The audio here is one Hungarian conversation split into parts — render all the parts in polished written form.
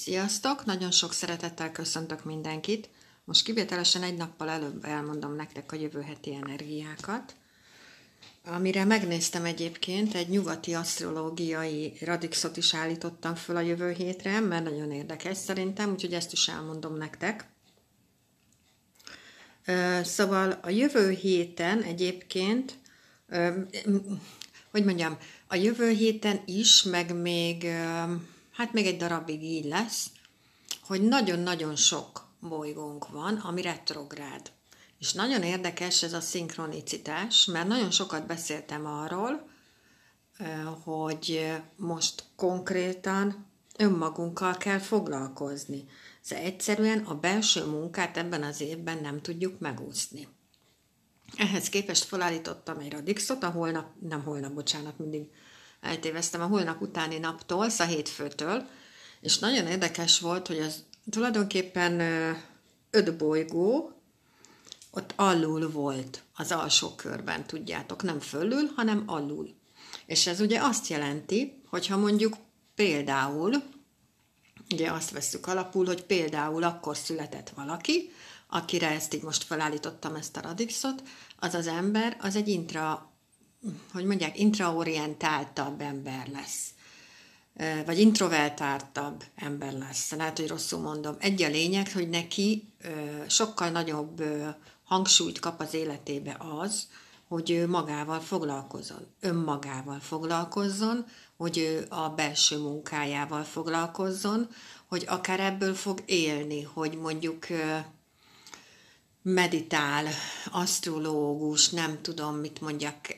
Sziasztok! Nagyon sok szeretettel köszöntök mindenkit. Most kivételesen egy nappal előbb elmondom nektek a jövő heti energiákat, amire megnéztem egyébként, egy nyugati asztrológiai radixot is állítottam föl a jövő hétre, mert nagyon érdekes szerintem, úgyhogy ezt is elmondom nektek. Szóval a jövő héten egyébként, a jövő héten is, meg még egy darabig így lesz, hogy nagyon-nagyon sok bolygónk van, ami retrográd. És nagyon érdekes ez a szinkronicitás, mert nagyon sokat beszéltem arról, hogy most konkrétan önmagunkkal kell foglalkozni. Szóval egyszerűen a belső munkát ebben az évben nem tudjuk megúszni. Ehhez képest felállítottam egy radixot, mindig eltéveztem, a holnap utáni naptól, szóval hétfőtől, és nagyon érdekes volt, hogy az tulajdonképpen 5 bolygó ott alul volt az alsó körben, tudjátok, nem fölül, hanem alul. És ez ugye azt jelenti, hogyha mondjuk például, ugye azt vesszük alapul, hogy például akkor született valaki, akire ezt így most felállítottam ezt a radixot, az az ember, az egy intraorientáltabb ember lesz. Vagy introvertáltabb ember lesz. Lehet, hogy rosszul mondom. Egy a lényeg, hogy neki sokkal nagyobb hangsúlyt kap az életébe az, hogy ő magával foglalkozzon, önmagával foglalkozzon, hogy ő a belső munkájával foglalkozzon, hogy akár ebből fog élni, hogy mondjuk meditál, asztrológus, nem tudom, mit mondjak,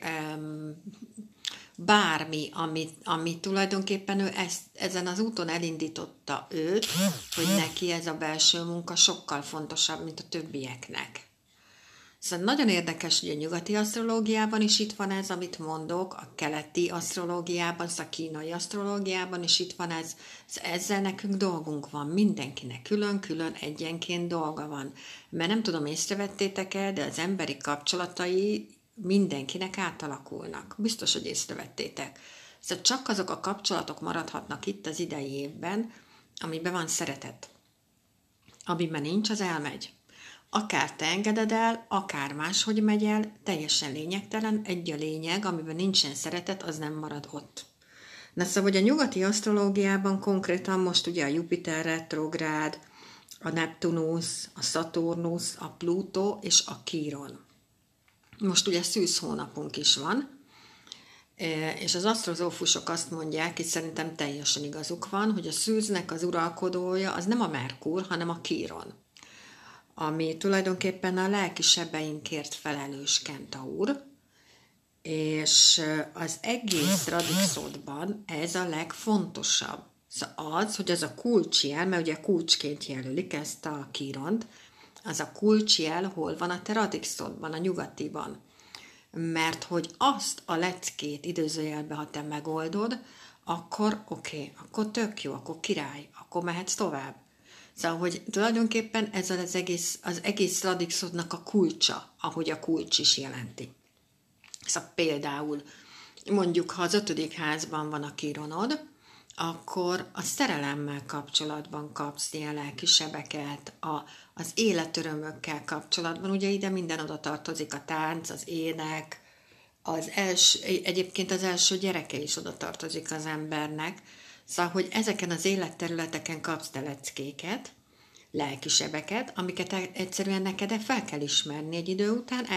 bármi, ami tulajdonképpen ő ezen az úton elindította őt, hogy neki ez a belső munka sokkal fontosabb, mint a többieknek. Szóval nagyon érdekes, hogy a nyugati asztrológiában is itt van ez, amit mondok, a keleti asztrológiában, a kínai asztrológiában is itt van ez. Ezzel nekünk dolgunk van, mindenkinek külön-külön egyenként dolga van. Mert nem tudom, észrevettétek-e, de az emberi kapcsolatai mindenkinek átalakulnak. Biztos, hogy észrevettétek. Szóval csak azok a kapcsolatok maradhatnak itt az idei évben, amiben van szeretet. Amiben nincs, az elmegy. Akár te engeded el, akár máshogy megy el, teljesen lényegtelen, egy a lényeg, amiben nincsen szeretet, az nem marad ott. Na szóval, hogy a nyugati asztrológiában konkrétan most ugye a Jupiter retrográd, a Neptunusz, a Szaturnusz, a Plutó és a Kíron. Most ugye szűz hónapunk is van, és az asztrozófusok azt mondják, és szerintem teljesen igazuk van, hogy a szűznek az uralkodója az nem a Merkur, hanem a Kíron, ami tulajdonképpen a lelki sebeinkért felelős kentaur, és az egész radixodban ez a legfontosabb. Szóval az, hogy az a kulcsjel, mert ugye kulcsként jelölik ezt a Kíront, az a kulcsjel hol van a te radixodban, a nyugatiban. Mert hogy azt a leckét idézőjelbe, ha te megoldod, akkor oké, akkor tök jó, akkor király, akkor mehetsz tovább. Szóval, hogy tulajdonképpen ez az egész radixodnak a kulcsa, ahogy a kulcs is jelenti. Szóval például, mondjuk, ha az 5. házban van a Kíronod, akkor a szerelemmel kapcsolatban kapsz ilyen lelki sebeket, az életörömökkel kapcsolatban, ugye ide minden oda tartozik, a tánc, az ének, egyébként az első gyereke is oda tartozik az embernek, szóval, hogy ezeken az életterületeken kapsz te leckéket, lelkisebeket, amiket egyszerűen neked fel kell ismerni egy idő után,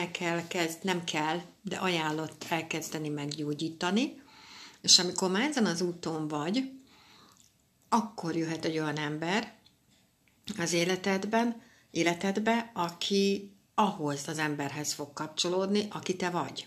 de ajánlott elkezdeni meggyógyítani, és amikor már ezen az úton vagy, akkor jöhet egy olyan ember az életedbe, aki ahhoz az emberhez fog kapcsolódni, aki te vagy.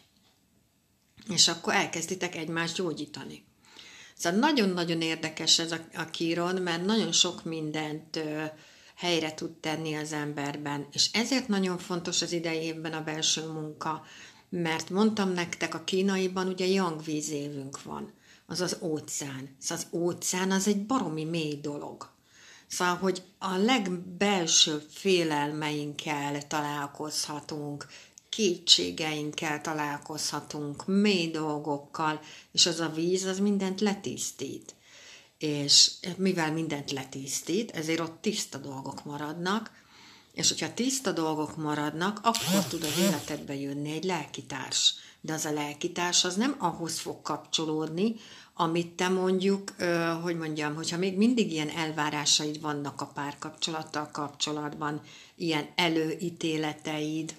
És akkor elkezditek egymást gyógyítani. Szóval nagyon-nagyon érdekes ez a Kíron, mert nagyon sok mindent helyre tud tenni az emberben, és ezért nagyon fontos az idei évben a belső munka, mert mondtam nektek, a kínaiban ugye yang vízévünk van, az az óceán. Szóval az óceán az egy baromi mély dolog. Szóval, hogy a legbelső félelmeinkkel találkozhatunk, kétségeinkkel találkozhatunk, mély dolgokkal, és az a víz az mindent letisztít. és mivel mindent letisztít, ezért ott tiszta dolgok maradnak, és hogyha tiszta dolgok maradnak, akkor tud az életedbe jönni egy lelkitárs. De az a lelkitárs az nem ahhoz fog kapcsolódni, amit te mondjuk, hogyha még mindig ilyen elvárásaid vannak a párkapcsolattal kapcsolatban, ilyen előítéleteid,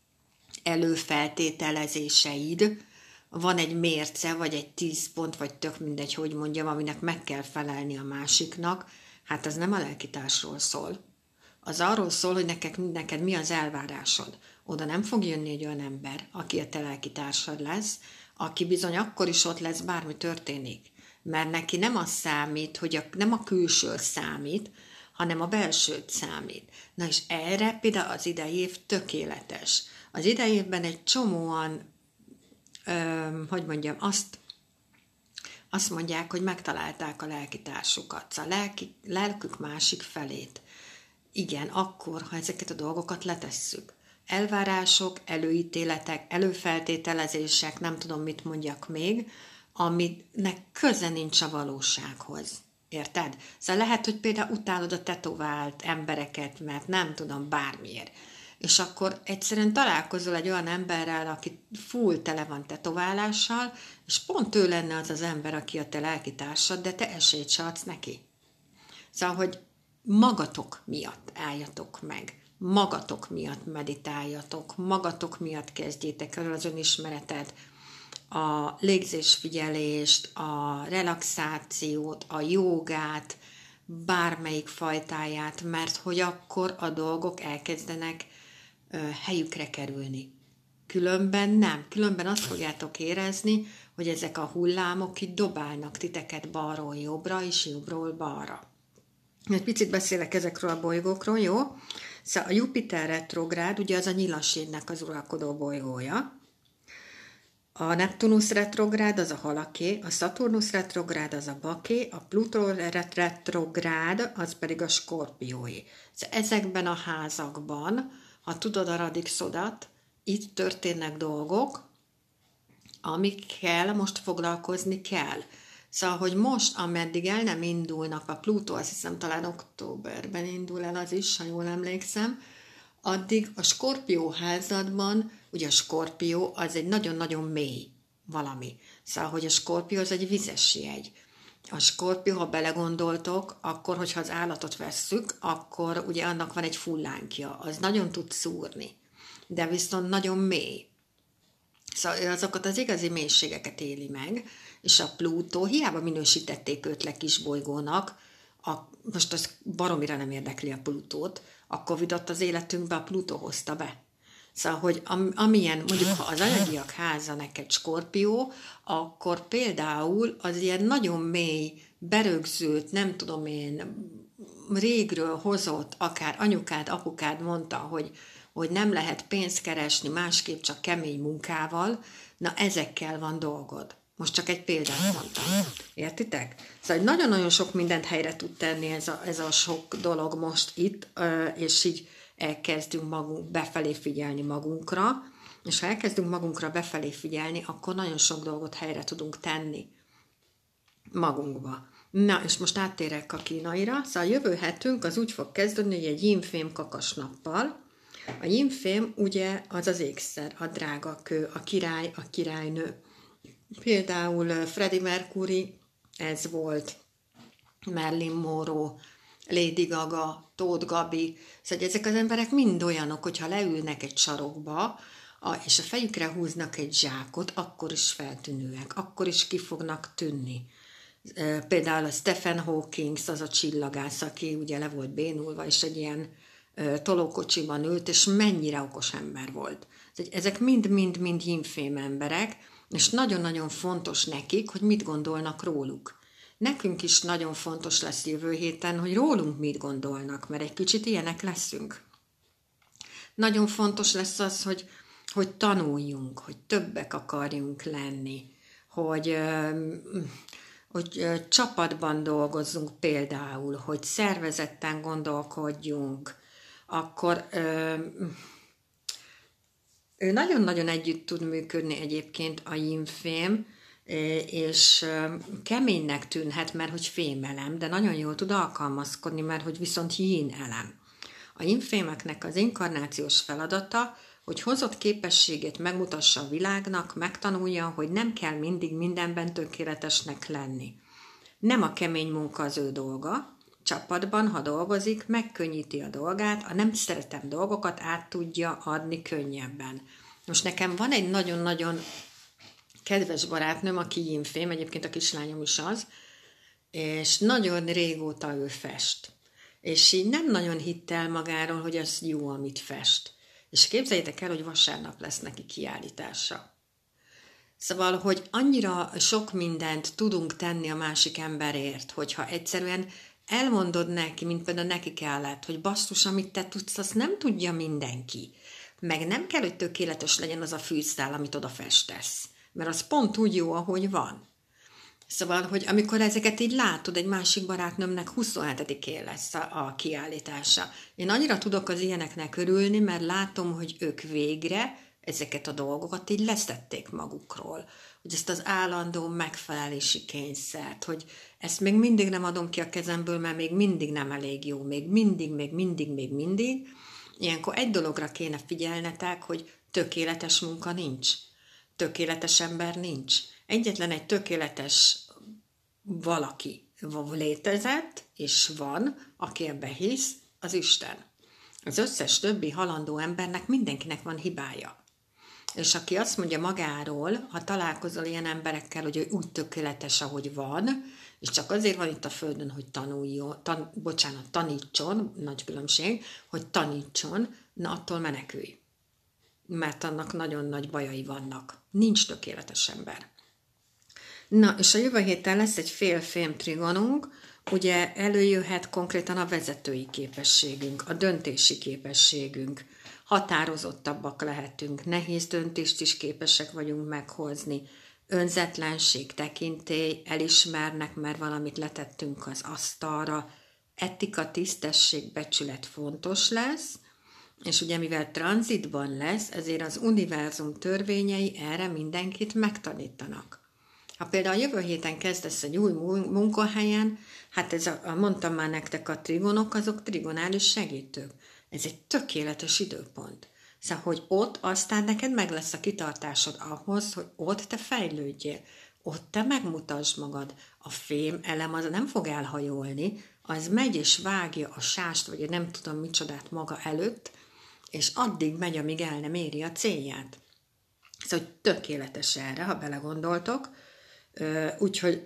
előfeltételezéseid, van egy mérce, vagy egy 10 pont, vagy tök mindegy, hogy mondjam, aminek meg kell felelni a másiknak, hát az nem a lelkitársról szól. Az arról szól, hogy neked mi az elvárásod. Oda nem fog jönni egy olyan ember, aki a te lelkitársad lesz, aki bizony akkor is ott lesz, bármi történik. Mert neki nem az számít, hogy nem a külső számít, hanem a belsőt számít. Na és erre például az idei év tökéletes. Az idei évben egy csomóan, azt mondják, hogy megtalálták a lelkitársukat, a lelkük másik felét. Igen, akkor, ha ezeket a dolgokat letesszük. Elvárások, előítéletek, előfeltételezések, nem tudom, mit mondjak még, aminek köze nincs a valósághoz. Érted? Szóval lehet, hogy például utálod a tetovált embereket, mert nem tudom, bármiért. És akkor egyszerűen találkozol egy olyan emberrel, aki full tele van tetoválással, és pont ő lenne az az ember, aki a te lelkitársad, de te esélyt se adsz neki. Szóval, hogy magatok miatt álljatok meg, magatok miatt meditáljatok, magatok miatt kezdjétek el az önismeretet, a légzésfigyelést, a relaxációt, a jógát, bármelyik fajtáját, mert hogy akkor a dolgok elkezdenek helyükre kerülni. Különben nem. Különben azt fogjátok érezni, hogy ezek a hullámok itt dobálnak titeket balról jobbra és jobbról balra. Egy picit beszélek ezekről a bolygókról, jó? Szóval a Jupiter retrográd, ugye az a nyilasségnek az uralkodó bolygója. A Neptunusz retrográd az a halaké, a Szaturnusz retrográd az a baké, a Plutó retrográd az pedig a skorpióé. Ezekben a házakban, ha tudod a radixodat, itt történnek dolgok, amikkel most foglalkozni kell. Szóval, hogy most, ameddig el nem indulnak a Plutó, azt hiszem talán októberben indul el az is, ha jól emlékszem, addig a Skorpió házadban, ugye a Skorpió az egy nagyon-nagyon mély valami. Szóval, hogy a Skorpió az egy vizes jegy. A Skorpió, ha belegondoltok, akkor, hogyha az állatot vesszük, akkor ugye annak van egy fullánkja, az nagyon tud szúrni, de viszont nagyon mély. Szóval azokat az igazi mélységeket éli meg, és a Plutó, hiába minősítették őt le kisbolygónak, most az baromira nem érdekli a Plutót, a Covidot az életünkbe a Plutó hozta be. Szóval, hogy amilyen, mondjuk, ha az anyagiak háza neked Skorpió, akkor például az ilyen nagyon mély, berögzült, nem tudom én, régről hozott, akár anyukád, apukád mondta, hogy nem lehet pénzt keresni, másképp csak kemény munkával, na ezekkel van dolgod. Most csak egy példát mondtam. Értitek? Szóval nagyon-nagyon sok mindent helyre tud tenni ez a sok dolog most itt, és így elkezdünk befelé figyelni magunkra, és ha elkezdünk magunkra befelé figyelni, akkor nagyon sok dolgot helyre tudunk tenni magunkba. Na, és most áttérek a kínaira. Szóval a jövő hetünk az úgy fog kezdődni, hogy egy yin-fém kakasnappal. A yin-fém ugye az az ékszer, a drága kő, a király, a királynő. Például Freddie Mercury, ez volt, Marilyn Monroe, Lady Gaga, Tóth Gabi, szóval ezek az emberek mind olyanok, hogyha leülnek egy sarokba, és a fejükre húznak egy zsákot, akkor is feltűnőek, akkor is ki fognak tűnni. Például a Stephen Hawking, az a csillagász, aki ugye le volt bénulva, és egy ilyen tolókocsiban ült, és mennyire okos ember volt. Ezek mind yin-fém emberek, és nagyon-nagyon fontos nekik, hogy mit gondolnak róluk. Nekünk is nagyon fontos lesz jövő héten, hogy rólunk mit gondolnak, mert egy kicsit ilyenek leszünk. Nagyon fontos lesz az, hogy tanuljunk, hogy többek akarjunk lenni, hogy csapatban dolgozzunk például, hogy szervezetten gondolkodjunk, akkor ő nagyon-nagyon együtt tud működni egyébként a yin-fém, és keménynek tűnhet, mert hogy fémelem, de nagyon jól tud alkalmazkodni, mert hogy viszont yin elem. A yin-fémeknek az inkarnációs feladata, hogy hozott képességét megmutassa a világnak, megtanulja, hogy nem kell mindig mindenben tökéletesnek lenni. Nem a kemény munka az ő dolga, csapatban, ha dolgozik, megkönnyíti a dolgát, a nem szeretem dolgokat át tudja adni könnyebben. Most nekem van egy nagyon-nagyon kedves barátnőm, aki yin-fém, egyébként a kislányom is az, és nagyon régóta ő fest. És így nem nagyon hitt el magáról, hogy az jó, amit fest. És képzeljétek el, hogy vasárnap lesz neki kiállítása. Szóval, hogy annyira sok mindent tudunk tenni a másik emberért, hogyha egyszerűen elmondod neki, mint például neki kellett, hogy basszus, amit te tudsz, azt nem tudja mindenki. Meg nem kell, hogy tökéletes legyen az a fűszál, amit oda festesz. Mert az pont úgy jó, ahogy van. Szóval, hogy amikor ezeket így látod, egy másik barátnőmnek 27-én lesz a kiállítása. Én annyira tudok az ilyeneknek örülni, mert látom, hogy ők végre ezeket a dolgokat így leszették magukról. Hogy ezt az állandó megfelelési kényszert, hogy ezt még mindig nem adom ki a kezemből, mert még mindig nem elég jó, még mindig. Ilyenkor egy dologra kéne figyelnetek, hogy tökéletes munka nincs. Tökéletes ember nincs. Egyetlen egy tökéletes valaki létezett, és van, aki ebbe hisz, az Isten. Az összes többi halandó embernek mindenkinek van hibája. És aki azt mondja magáról, ha találkozol ilyen emberekkel, hogy ő úgy tökéletes, ahogy van, és csak azért van itt a Földön, hogy tanítson, nagy különbség, hogy tanítson, na attól menekülj. Mert annak nagyon nagy bajai vannak. Nincs tökéletes ember. Na, és a jövő héten lesz egy fél-fém trigonunk, ugye előjöhet konkrétan a vezetői képességünk, a döntési képességünk, határozottabbak lehetünk, nehéz döntést is képesek vagyunk meghozni, önzetlenség, tekintély, elismernek, mert valamit letettünk az asztalra, etika, tisztesség, becsület fontos lesz, és ugye mivel tranzitban lesz, ezért az univerzum törvényei erre mindenkit megtanítanak. Ha például a jövő héten kezdesz egy új munkahelyen, hát mondtam már nektek, a trigonok, azok trigonális segítők. Ez egy tökéletes időpont. Szóval, hogy ott aztán neked meg lesz a kitartásod ahhoz, hogy ott te fejlődjél, ott te megmutasd magad. A fém elem az nem fog elhajolni, az megy és vágja a sást, vagy nem tudom micsodát maga előtt, és addig megy, amíg el nem éri a célját. Szóval, hogy tökéletes erre, ha belegondoltok, úgyhogy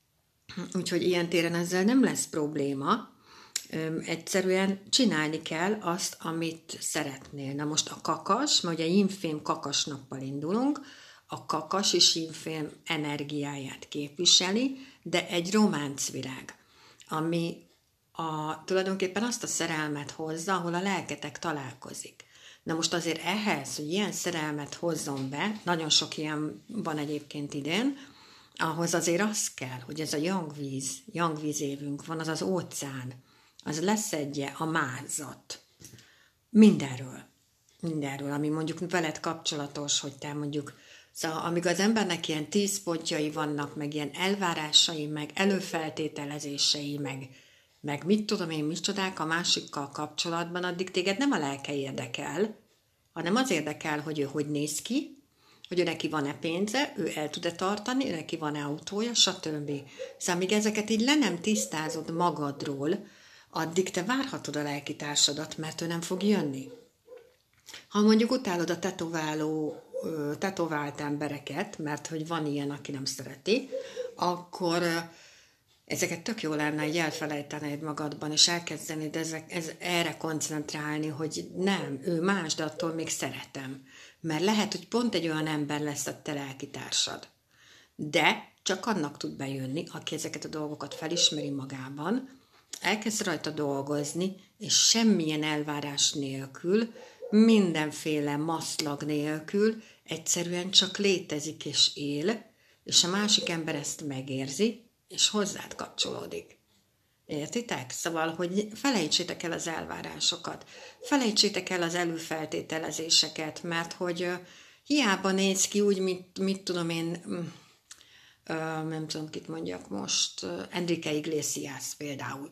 ilyen téren ezzel nem lesz probléma, egyszerűen csinálni kell azt, amit szeretnél. Na most a kakas, mert ugye yin-fém kakas nappal indulunk, a kakas és yin-fém energiáját képviseli, de egy románcvirág, ami tulajdonképpen azt a szerelmet hozza, ahol a lelketek találkozik. Na most azért ehhez, hogy ilyen szerelmet hozzon be, nagyon sok ilyen van egyébként idén, ahhoz azért az kell, hogy ez a jangvíz évünk van, az az óceán, az leszedje a mázat. Mindenről, ami mondjuk veled kapcsolatos, hogy te mondjuk, szóval amíg az embernek ilyen 10 pontjai vannak, meg ilyen elvárásai, meg előfeltételezései, meg mit tudom én, micsodák a másikkal kapcsolatban, addig téged nem a lelke érdekel, hanem az érdekel, hogy ő hogy néz ki, hogy ő neki van-e pénze, ő el tud-e tartani, ő neki van-e autója, stb. Szóval míg ezeket így le nem tisztázod magadról, addig te várhatod a lelkitársadat, mert ő nem fog jönni. Ha mondjuk utálod a tetovált embereket, mert hogy van ilyen, aki nem szereti, akkor ezeket tök jó lenne, hogy elfelejtenéd magadban, és elkezdenéd erre koncentrálni, hogy nem, ő más, de attól még szeretem. Mert lehet, hogy pont egy olyan ember lesz a te lelkitársad. De csak annak tud bejönni, aki ezeket a dolgokat felismeri magában, elkezd rajta dolgozni, és semmilyen elvárás nélkül, mindenféle maszlag nélkül, egyszerűen csak létezik és él, és a másik ember ezt megérzi, és hozzád kapcsolódik. Értitek? Szóval, hogy felejtsétek el az elvárásokat, felejtsétek el az előfeltételezéseket, mert hogy hiába néz ki úgy, mit tudom én, nem tudom, kit mondjak most, Enrique Iglesias például.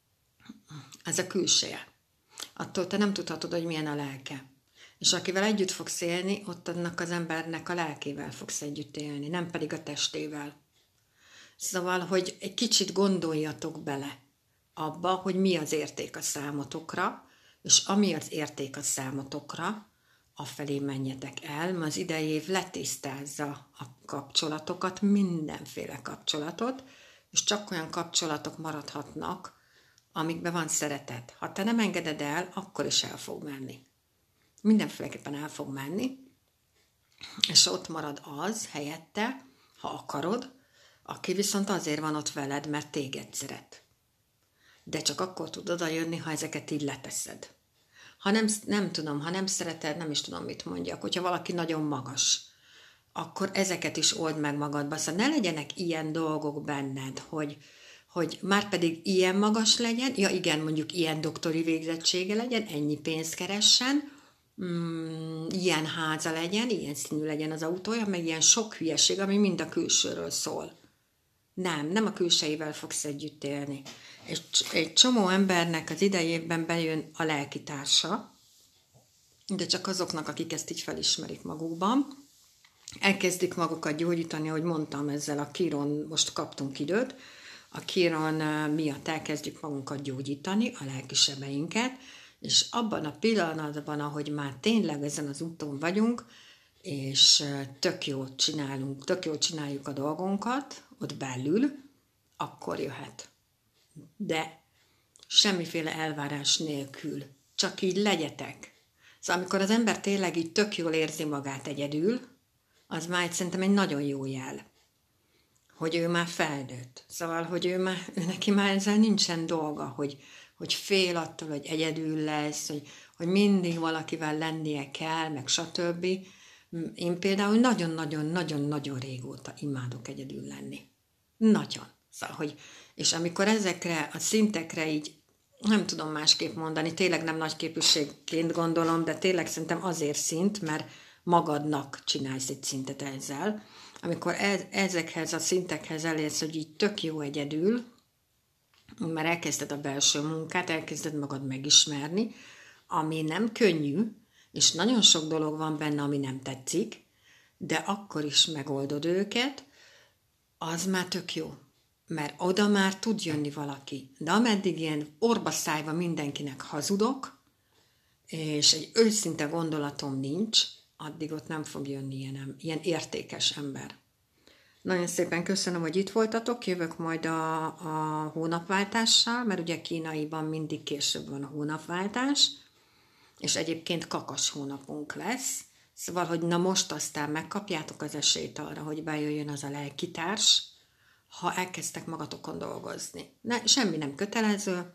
Ez a külseje. Attól te nem tudhatod, hogy milyen a lelke. És akivel együtt fogsz élni, ott annak az embernek a lelkével fogsz együtt élni, nem pedig a testével. Szóval, hogy egy kicsit gondoljatok bele abba, hogy mi az érték a számotokra, és ami az érték a számotokra, afelé menjetek el, mert az idei év letisztázza a kapcsolatokat, mindenféle kapcsolatot, és csak olyan kapcsolatok maradhatnak, amikben van szeretet. Ha te nem engeded el, akkor is el fog menni. Mindenféleképpen el fog menni, és ott marad az helyette, ha akarod, aki viszont azért van ott veled, mert téged szeret. De csak akkor tud oda jönni, ha ezeket így leteszed. Ha nem tudom, ha nem szereted, nem is tudom, mit mondjak. Hogyha valaki nagyon magas, akkor ezeket is old meg magadba. Szóval ne legyenek ilyen dolgok benned, hogy már pedig ilyen magas legyen, ja igen, mondjuk ilyen doktori végzettsége legyen, ennyi pénzt keressen, ilyen háza legyen, ilyen színű legyen az autója, meg ilyen sok hülyeség, ami mind a külsőről szól. Nem a külsejével fogsz együtt élni. És egy csomó embernek az idei évben bejön a lelkitársa, de csak azoknak, akik ezt így felismerik magukban. Elkezdik magukat gyógyítani, ahogy mondtam, ezzel a Kíron, most kaptunk időt, a Kíron miatt elkezdjük magunkat gyógyítani, a lelki sebeinket, és abban a pillanatban, ahogy már tényleg ezen az úton vagyunk, és tök jól csináljuk a dolgunkat, ott belül, akkor jöhet. De semmiféle elvárás nélkül. Csak így legyetek. Szóval amikor az ember tényleg így tök jól érzi magát egyedül, az már szerintem egy nagyon jó jel, hogy ő már felnőtt. Szóval, hogy neki már ezzel nincsen dolga, hogy fél attól, hogy egyedül lesz, hogy mindig valakivel lennie kell, meg stb. Én például nagyon-nagyon régóta imádok egyedül lenni. Nagyon. Szóval, és amikor ezekre a szintekre így, nem tudom másképp mondani, tényleg nem nagyképűségként gondolom, de tényleg szerintem azért szint, mert magadnak csinálsz egy szintet ezzel. Amikor ezekhez a szintekhez elérsz, hogy így tök jó egyedül, mert elkezded a belső munkát, elkezded magad megismerni, ami nem könnyű, és nagyon sok dolog van benne, ami nem tetszik, de akkor is megoldod őket, az már tök jó. Mert oda már tud jönni valaki. De ameddig ilyen orba szájva mindenkinek hazudok, és egy őszinte gondolatom nincs, addig ott nem fog jönni ilyen értékes ember. Nagyon szépen köszönöm, hogy itt voltatok, jövök majd a hónapváltással, mert ugye kínaiban mindig később van a hónapváltás, és egyébként kakas hónapunk lesz, szóval, hogy na most aztán megkapjátok az esélyt arra, hogy bejöjjön az a lelkitárs, ha elkezdtek magatokon dolgozni. Semmi nem kötelező,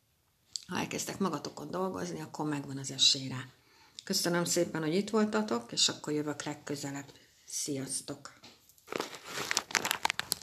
ha elkezdtek magatokon dolgozni, akkor megvan az esély rá. Köszönöm szépen, hogy itt voltatok, és akkor jövök legközelebb. Sziasztok!